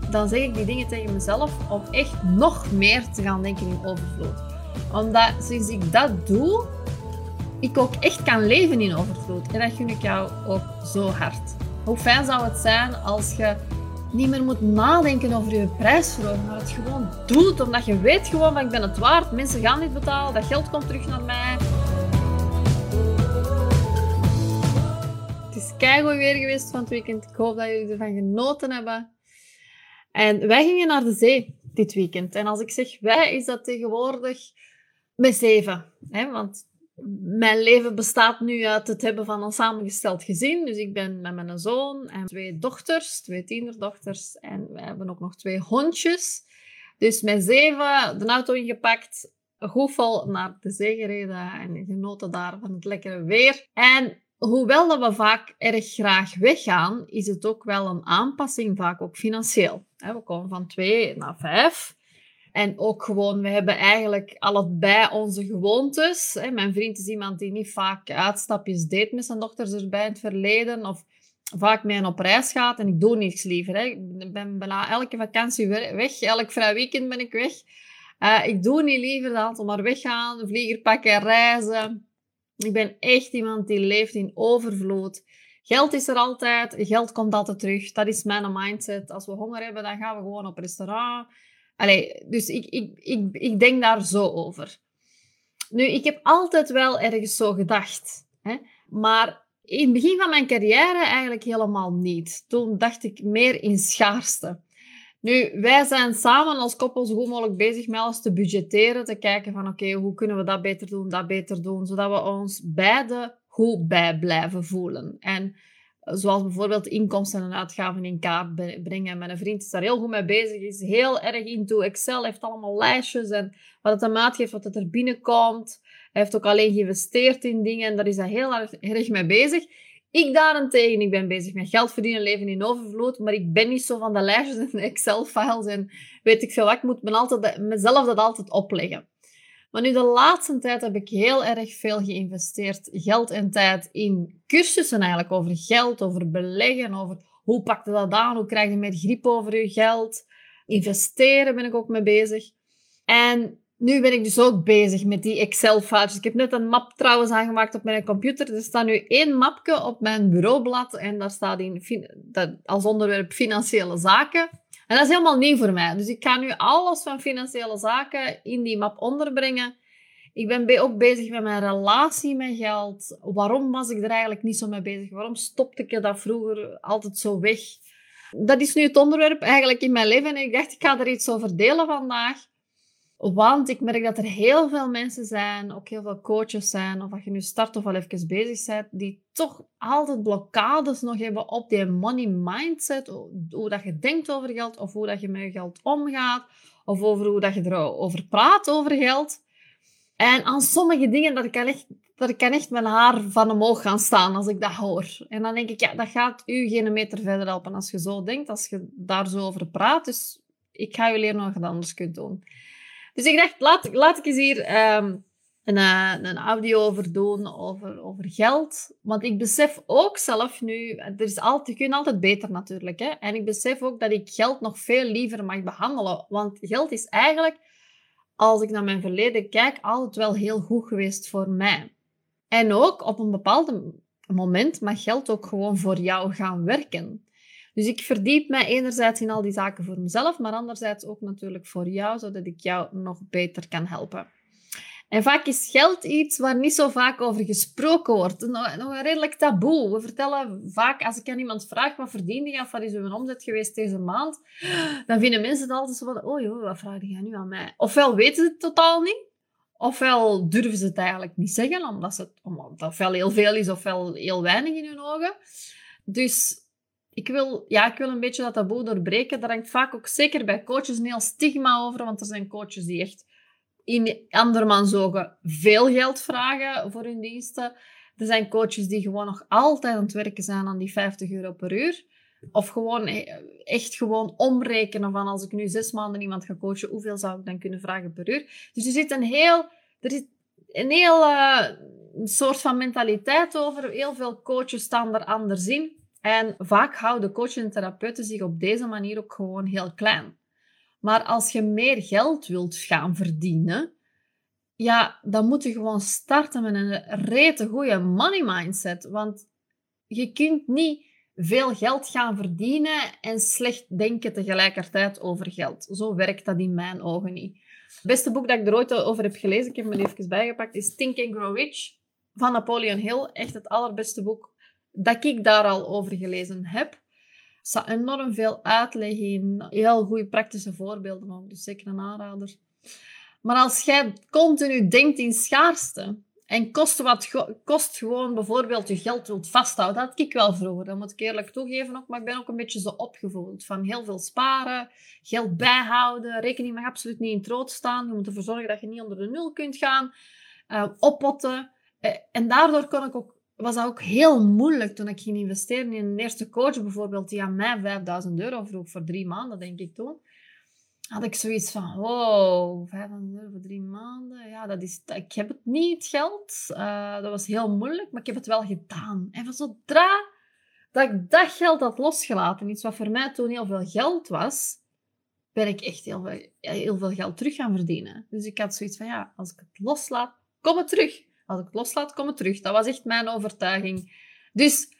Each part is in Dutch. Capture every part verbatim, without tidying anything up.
dan zeg ik die dingen tegen mezelf om echt nog meer te gaan denken in overvloed. Omdat sinds ik dat doe, ik ook echt kan leven in overvloed. En dat gun ik jou ook zo hard. Hoe fijn zou het zijn als je niet meer moet nadenken over je prijsverhoging, maar het gewoon doet, omdat je weet gewoon van ik ben het waard, mensen gaan dit betalen, dat geld komt terug naar mij. Het is keigoed weer geweest van het weekend. Ik hoop dat jullie ervan genoten hebben. En wij gingen naar de zee dit weekend. En als ik zeg wij, is dat tegenwoordig met zeven. Hè? Want mijn leven bestaat nu uit het hebben van een samengesteld gezin. Dus ik ben met mijn zoon en twee dochters, twee tienerdochters. En we hebben ook nog twee hondjes. Dus met zeven de auto ingepakt, goed vol naar de zee gereden en genoten daar van het lekkere weer. En hoewel dat we vaak erg graag weggaan, is het ook wel een aanpassing, vaak ook financieel. We komen van twee naar vijf. En ook gewoon, we hebben eigenlijk allebei onze gewoontes. Mijn vriend is iemand die niet vaak uitstapjes deed met zijn dochters erbij in het verleden. Of vaak mee op reis gaat. En ik doe niks liever. Ik ben bijna elke vakantie weg. Elk vrij weekend ben ik weg. Uh, ik doe niet liever dan maar weggaan, vlieger pakken, reizen. Ik ben echt iemand die leeft in overvloed. Geld is er altijd. Geld komt altijd terug. Dat is mijn mindset. Als we honger hebben, dan gaan we gewoon op restaurant. Allee, dus ik, ik, ik, ik denk daar zo over. Nu, ik heb altijd wel ergens zo gedacht. Hè? Maar in het begin van mijn carrière eigenlijk helemaal niet. Toen dacht ik meer in schaarste. Nu, wij zijn samen als koppel zo goed mogelijk bezig met alles te budgetteren. Te kijken van, oké, okay, hoe kunnen we dat beter doen, dat beter doen. Zodat we ons beide goed bij blijven voelen. En zoals bijvoorbeeld inkomsten en uitgaven in kaart brengen. Mijn vriend is daar heel goed mee bezig. Is heel erg into Excel. Heeft allemaal lijstjes. En wat het hem uitgeeft, wat het er binnenkomt. Hij heeft ook alleen geïnvesteerd in dingen. En daar is hij heel erg, erg mee bezig. Ik daarentegen, ik ben bezig met geld verdienen, leven in overvloed. Maar ik ben niet zo van de lijstjes en de Excel-files. En weet ik veel wat. Ik moet me altijd, mezelf dat altijd opleggen. Maar nu de laatste tijd heb ik heel erg veel geïnvesteerd, geld en tijd, in cursussen eigenlijk over geld, over beleggen, over hoe pak je dat aan, hoe krijg je meer grip over je geld. Investeren ben ik ook mee bezig. En nu ben ik dus ook bezig met die Excel-files. Ik heb net een map trouwens aangemaakt op mijn computer. Er staat nu één mapje op mijn bureaublad en daar staat in, dat, als onderwerp financiële zaken. En dat is helemaal nieuw voor mij. Dus ik ga nu alles van financiële zaken in die map onderbrengen. Ik ben ook bezig met mijn relatie met geld. Waarom was ik er eigenlijk niet zo mee bezig? Waarom stopte ik dat vroeger altijd zo weg? Dat is nu het onderwerp eigenlijk in mijn leven. En ik dacht, ik ga er iets over delen vandaag. Want ik merk dat er heel veel mensen zijn, ook heel veel coaches zijn, of als je nu start of al even bezig bent, die toch altijd blokkades nog hebben op die money mindset. Hoe dat je denkt over geld, of hoe dat je met je geld omgaat, of over hoe dat je erover praat over geld. En aan sommige dingen, dat ik kan echt, dat ik kan echt mijn haar van omhoog gaan staan als ik dat hoor. En dan denk ik, ja, dat gaat u geen meter verder helpen als je zo denkt, als je daar zo over praat. Dus ik ga je leren hoe je dat anders kunt doen. Dus ik dacht, laat, laat ik eens hier um, een, een audio over doen, over, over geld. Want ik besef ook zelf nu, er is altijd, je kunt altijd beter natuurlijk. Hè? En ik besef ook dat ik geld nog veel liever mag behandelen. Want geld is eigenlijk, als ik naar mijn verleden kijk, altijd wel heel goed geweest voor mij. En ook op een bepaald moment mag geld ook gewoon voor jou gaan werken. Dus ik verdiep mij enerzijds in al die zaken voor mezelf, maar anderzijds ook natuurlijk voor jou, zodat ik jou nog beter kan helpen. En vaak is geld iets waar niet zo vaak over gesproken wordt. Nog, nog een redelijk taboe. We vertellen vaak, als ik aan iemand vraag, wat verdien je of wat is uw omzet geweest deze maand, dan vinden mensen het altijd zo van, oh joh, wat vraag je nu aan mij? Ofwel weten ze het totaal niet, ofwel durven ze het eigenlijk niet zeggen, omdat het omdat ofwel heel veel is, ofwel heel weinig in hun ogen. Dus Ik wil, ja, ik wil een beetje dat taboe doorbreken. Daar hangt vaak ook zeker bij coaches een heel stigma over. Want er zijn coaches die echt in andermans ogen veel geld vragen voor hun diensten. Er zijn coaches die gewoon nog altijd aan het werken zijn aan die vijftig euro per uur. Of gewoon echt gewoon omrekenen van als ik nu zes maanden iemand ga coachen, hoeveel zou ik dan kunnen vragen per uur? Dus er zit een heel, er zit een heel uh, soort van mentaliteit over. Heel veel coaches staan er anders in. En vaak houden coaches en therapeuten zich op deze manier ook gewoon heel klein. Maar als je meer geld wilt gaan verdienen, ja, dan moet je gewoon starten met een rete goede money mindset. Want je kunt niet veel geld gaan verdienen en slecht denken tegelijkertijd over geld. Zo werkt dat in mijn ogen niet. Het beste boek dat ik er ooit over heb gelezen, ik heb me er even bijgepakt, is Think and Grow Rich van Napoleon Hill. Echt het allerbeste boek dat ik daar al over gelezen heb. Er staat enorm veel uitleg in, heel goede praktische voorbeelden ook, dus zeker een aanrader. Maar als jij continu denkt in schaarste en kost wat kost gewoon bijvoorbeeld je geld wilt vasthouden, dat had ik wel vroeger, dat moet ik eerlijk toegeven ook, maar ik ben ook een beetje zo opgevoed van heel veel sparen, geld bijhouden, rekening mag absoluut niet in het rood staan, je moet ervoor zorgen dat je niet onder de nul kunt gaan, uh, oppotten. Uh, en daardoor kon ik ook, was dat ook heel moeilijk toen ik ging investeren in een eerste coach bijvoorbeeld, die aan mij vijfduizend euro vroeg voor drie maanden, denk ik toen. Had ik zoiets van, wow, vijfhonderd euro voor drie maanden. Ja, dat is, ik heb het niet, het geld. Uh, dat was heel moeilijk, maar ik heb het wel gedaan. En van zodra dat ik dat geld had losgelaten, iets wat voor mij toen heel veel geld was, ben ik echt heel veel, heel veel geld terug gaan verdienen. Dus ik had zoiets van, ja, als ik het loslaat, kom het terug. Als ik het loslaat, kom het terug. Dat was echt mijn overtuiging. Dus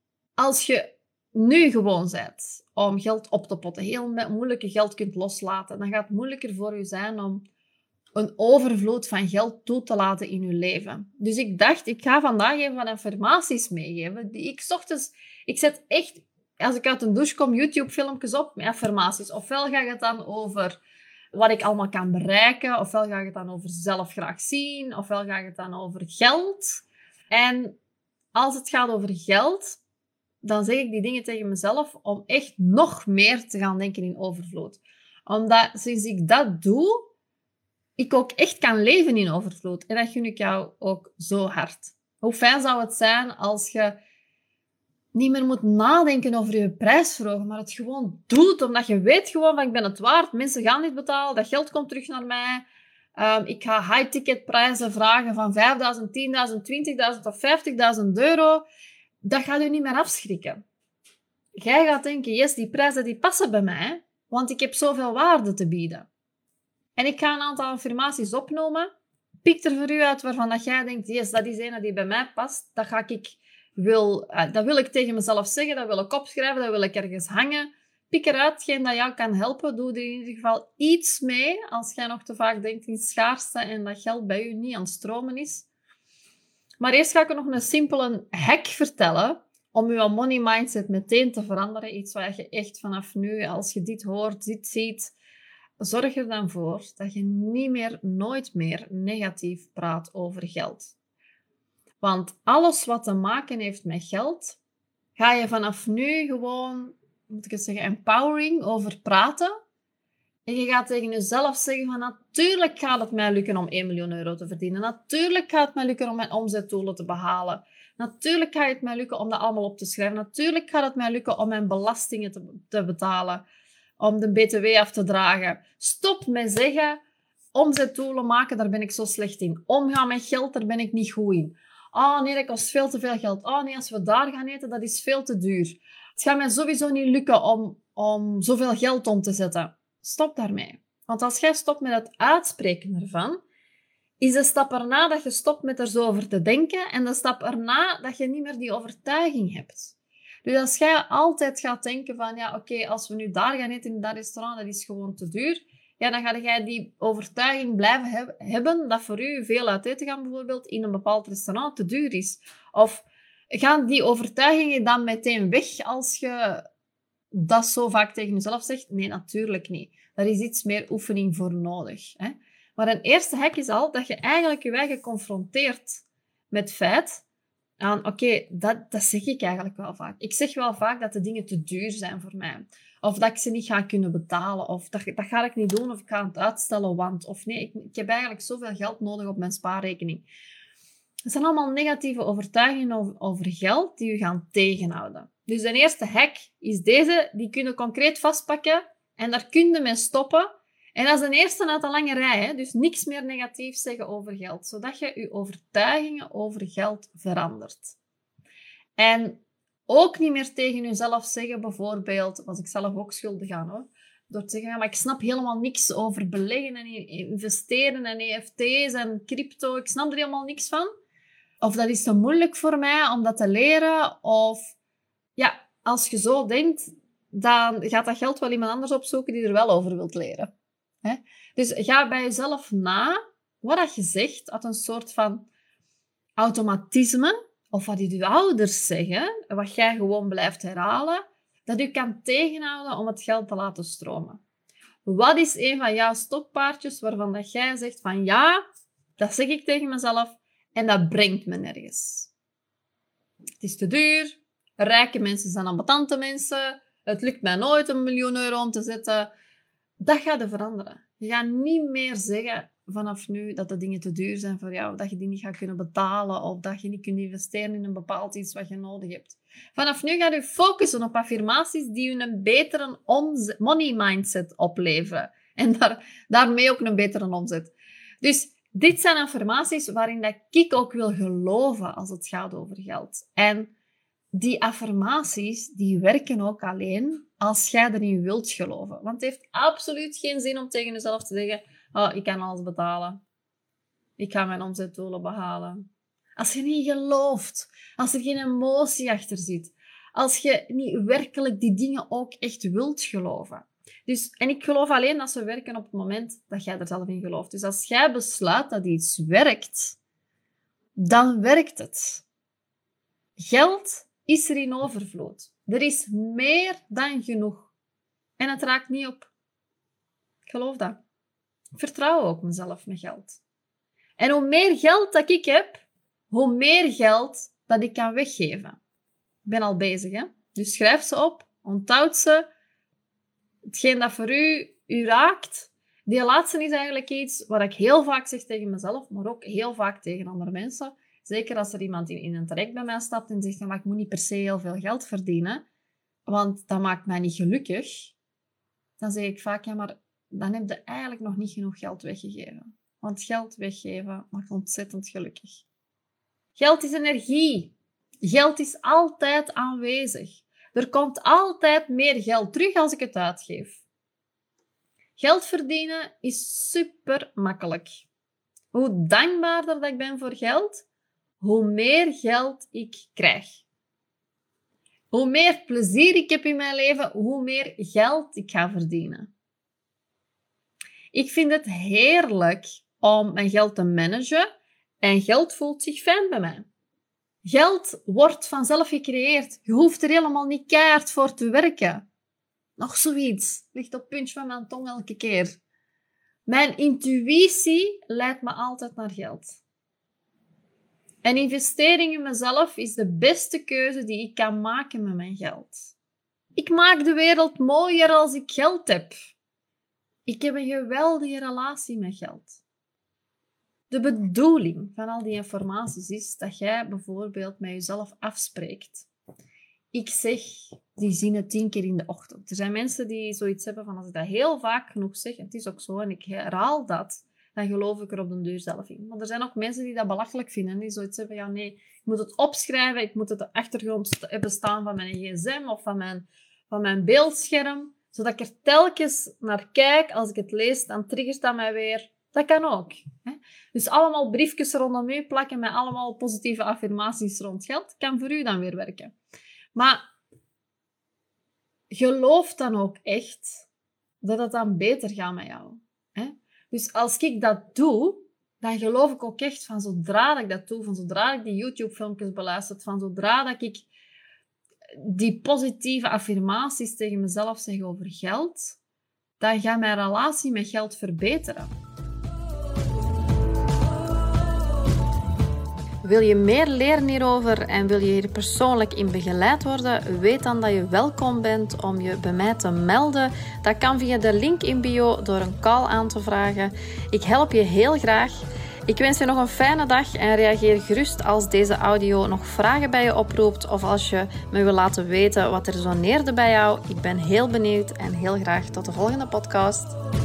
als je nu gewoon bent om geld op te potten, heel moeilijke geld kunt loslaten, dan gaat het moeilijker voor je zijn om een overvloed van geld toe te laten in je leven. Dus ik dacht, ik ga vandaag even wat affirmaties meegeven. Die ik 's ochtends, ik zet echt, als ik uit de douche kom, YouTube-filmpjes op met affirmaties. Ofwel gaat het dan over wat ik allemaal kan bereiken, ofwel gaat het dan over zelf graag zien, ofwel gaat het dan over geld. En als het gaat over geld, dan zeg ik die dingen tegen mezelf om echt nog meer te gaan denken in overvloed. Omdat sinds ik dat doe, ik ook echt kan leven in overvloed. En dat gun ik jou ook zo hard. Hoe fijn zou het zijn als je niet meer moet nadenken over je prijsverhoging, maar het gewoon doet, omdat je weet gewoon van ik ben het waard, mensen gaan dit betalen, dat geld komt terug naar mij. Um, ik ga high-ticket prijzen vragen van vijfduizend, tienduizend, twintigduizend of vijftigduizend euro. Dat gaat u niet meer afschrikken. Jij gaat denken, yes, die prijzen die passen bij mij, want ik heb zoveel waarde te bieden. En ik ga een aantal affirmaties opnoemen. Pik er voor u uit waarvan dat jij denkt, yes, dat is een die bij mij past. Dat, ga ik, wil, uh, dat wil ik tegen mezelf zeggen, dat wil ik opschrijven, dat wil ik ergens hangen. Pik eruit, hetgeen dat jou kan helpen. Doe er in ieder geval iets mee als jij nog te vaak denkt in schaarste en dat geld bij u niet aan het stromen is. Maar eerst ga ik nog een simpele hack vertellen om je money mindset meteen te veranderen. Iets waar je echt vanaf nu, als je dit hoort, dit ziet, zorg er dan voor dat je niet meer, nooit meer negatief praat over geld. Want alles wat te maken heeft met geld, ga je vanaf nu gewoon, moet ik het zeggen, empowering over praten. En je gaat tegen jezelf zeggen van natuurlijk gaat het mij lukken om één miljoen euro te verdienen. Natuurlijk gaat het mij lukken om mijn omzetdoelen te behalen. Natuurlijk gaat het mij lukken om dat allemaal op te schrijven. Natuurlijk gaat het mij lukken om mijn belastingen te, te betalen. Om de B T W af te dragen. Stop met zeggen, omzetdoelen maken, daar ben ik zo slecht in. Omgaan met geld, daar ben ik niet goed in. Oh nee, dat kost veel te veel geld. Oh nee, als we daar gaan eten, dat is veel te duur. Het gaat mij sowieso niet lukken om, om zoveel geld om te zetten. Stop daarmee. Want als jij stopt met het uitspreken ervan, is de stap erna dat je stopt met er zo over te denken en de stap erna dat je niet meer die overtuiging hebt. Dus als jij altijd gaat denken van, ja, oké, okay, als we nu daar gaan eten in dat restaurant, dat is gewoon te duur, ja, dan ga jij die overtuiging blijven heb- hebben dat voor u veel uit eten gaan bijvoorbeeld in een bepaald restaurant te duur is. Of gaan die overtuigingen dan meteen weg als je dat zo vaak tegen jezelf zegt? Nee, natuurlijk niet. Daar is iets meer oefening voor nodig. Hè? Maar een eerste hack is al dat je eigenlijk je eigen confronteert met het feit aan, oké, okay, dat, dat zeg ik eigenlijk wel vaak. Ik zeg wel vaak dat de dingen te duur zijn voor mij. Of dat ik ze niet ga kunnen betalen. Of dat, dat ga ik niet doen of ik ga het uitstellen, want... Of nee, ik, ik heb eigenlijk zoveel geld nodig op mijn spaarrekening. Het zijn allemaal negatieve overtuigingen over, over geld die je gaan tegenhouden. Dus de eerste hack is deze. Die kun je concreet vastpakken en daar kun je mee stoppen. En dat is de eerste uit een lange rij. Hè? Dus niks meer negatief zeggen over geld. Zodat je je overtuigingen over geld verandert. En ook niet meer tegen jezelf zeggen, bijvoorbeeld, was ik zelf ook schuldig aan hoor, door te zeggen, ja, maar ik snap helemaal niks over beleggen en investeren en E F T's en crypto, ik snap er helemaal niks van. Of dat is te moeilijk voor mij om dat te leren. Of ja, als je zo denkt, dan gaat dat geld wel iemand anders opzoeken die er wel over wilt leren. Hè? Dus ga bij jezelf na wat dat je zegt uit een soort van automatisme, of wat je ouders zeggen, wat jij gewoon blijft herhalen, dat je kan tegenhouden om het geld te laten stromen. Wat is een van jouw stokpaardjes waarvan dat jij zegt van ja, dat zeg ik tegen mezelf en dat brengt me nergens. Het is te duur, rijke mensen zijn ambetante mensen, het lukt mij nooit een miljoen euro om te zetten. Dat gaat er veranderen. Je gaat niet meer zeggen vanaf nu dat de dingen te duur zijn voor jou, dat je die niet gaat kunnen betalen of dat je niet kunt investeren in een bepaald iets wat je nodig hebt. Vanaf nu gaat je focussen op affirmaties die je een betere omzet, money mindset opleveren. En daar, daarmee ook een betere omzet. Dus dit zijn affirmaties waarin dat ik ook wil geloven als het gaat over geld. En die affirmaties die werken ook alleen als jij erin wilt geloven. Want het heeft absoluut geen zin om tegen jezelf te zeggen, oh, ik kan alles betalen. Ik ga mijn omzetdoelen behalen. Als je niet gelooft, als er geen emotie achter zit, als je niet werkelijk die dingen ook echt wilt geloven. Dus, en ik geloof alleen dat ze werken op het moment dat jij er zelf in gelooft. Dus als jij besluit dat iets werkt, dan werkt het. Geld is er in overvloed. Er is meer dan genoeg. En het raakt niet op. Ik geloof dat. Ik vertrouw ook mezelf met geld. En hoe meer geld dat ik heb, hoe meer geld dat ik kan weggeven. Ik ben al bezig, hè? Dus schrijf ze op, onthoud ze. Hetgeen dat voor u, u raakt. Die laatste is eigenlijk iets wat ik heel vaak zeg tegen mezelf, maar ook heel vaak tegen andere mensen. Zeker als er iemand in, in een traject bij mij stapt en zegt, ja, maar ik moet niet per se heel veel geld verdienen, want dat maakt mij niet gelukkig. Dan zeg ik vaak, ja, maar dan heb je eigenlijk nog niet genoeg geld weggegeven. Want geld weggeven maakt ontzettend gelukkig. Geld is energie. Geld is altijd aanwezig. Er komt altijd meer geld terug als ik het uitgeef. Geld verdienen is super makkelijk. Hoe dankbaarder dat ik ben voor geld, hoe meer geld ik krijg. Hoe meer plezier ik heb in mijn leven, hoe meer geld ik ga verdienen. Ik vind het heerlijk om mijn geld te managen en geld voelt zich fijn bij mij. Geld wordt vanzelf gecreëerd. Je hoeft er helemaal niet keihard voor te werken. Nog zoiets. Ligt op het puntje van mijn tong elke keer. Mijn intuïtie leidt me altijd naar geld. En investering in mezelf is de beste keuze die ik kan maken met mijn geld. Ik maak de wereld mooier als ik geld heb. Ik heb een geweldige relatie met geld. De bedoeling van al die informaties is dat jij bijvoorbeeld met jezelf afspreekt. Ik zeg die zinnen tien keer in de ochtend. Er zijn mensen die zoiets hebben van als ik dat heel vaak genoeg zeg, en het is ook zo, en ik herhaal dat, dan geloof ik er op den duur zelf in. Maar er zijn ook mensen die dat belachelijk vinden, die zoiets hebben, ja nee, ik moet het opschrijven, ik moet het de achtergrond hebben staan van mijn gsm of van mijn, van mijn beeldscherm, zodat ik er telkens naar kijk. Als ik het lees, dan triggert dat mij weer. Dat kan ook. Hè? Dus allemaal briefjes rondom u plakken met allemaal positieve affirmaties rond geld, kan voor u dan weer werken. Maar geloof dan ook echt dat het dan beter gaat met jou. Hè? Dus als ik dat doe, dan geloof ik ook echt van zodra dat ik dat doe, van zodra ik die YouTube-filmpjes beluister, van zodra dat ik die positieve affirmaties tegen mezelf zeg over geld, dan gaat mijn relatie met geld verbeteren. Wil je meer leren hierover en wil je hier persoonlijk in begeleid worden? Weet dan dat je welkom bent om je bij mij te melden. Dat kan via de link in bio door een call aan te vragen. Ik help je heel graag. Ik wens je nog een fijne dag en reageer gerust als deze audio nog vragen bij je oproept of als je me wil laten weten wat er resoneerde bij jou. Ik ben heel benieuwd en heel graag tot de volgende podcast.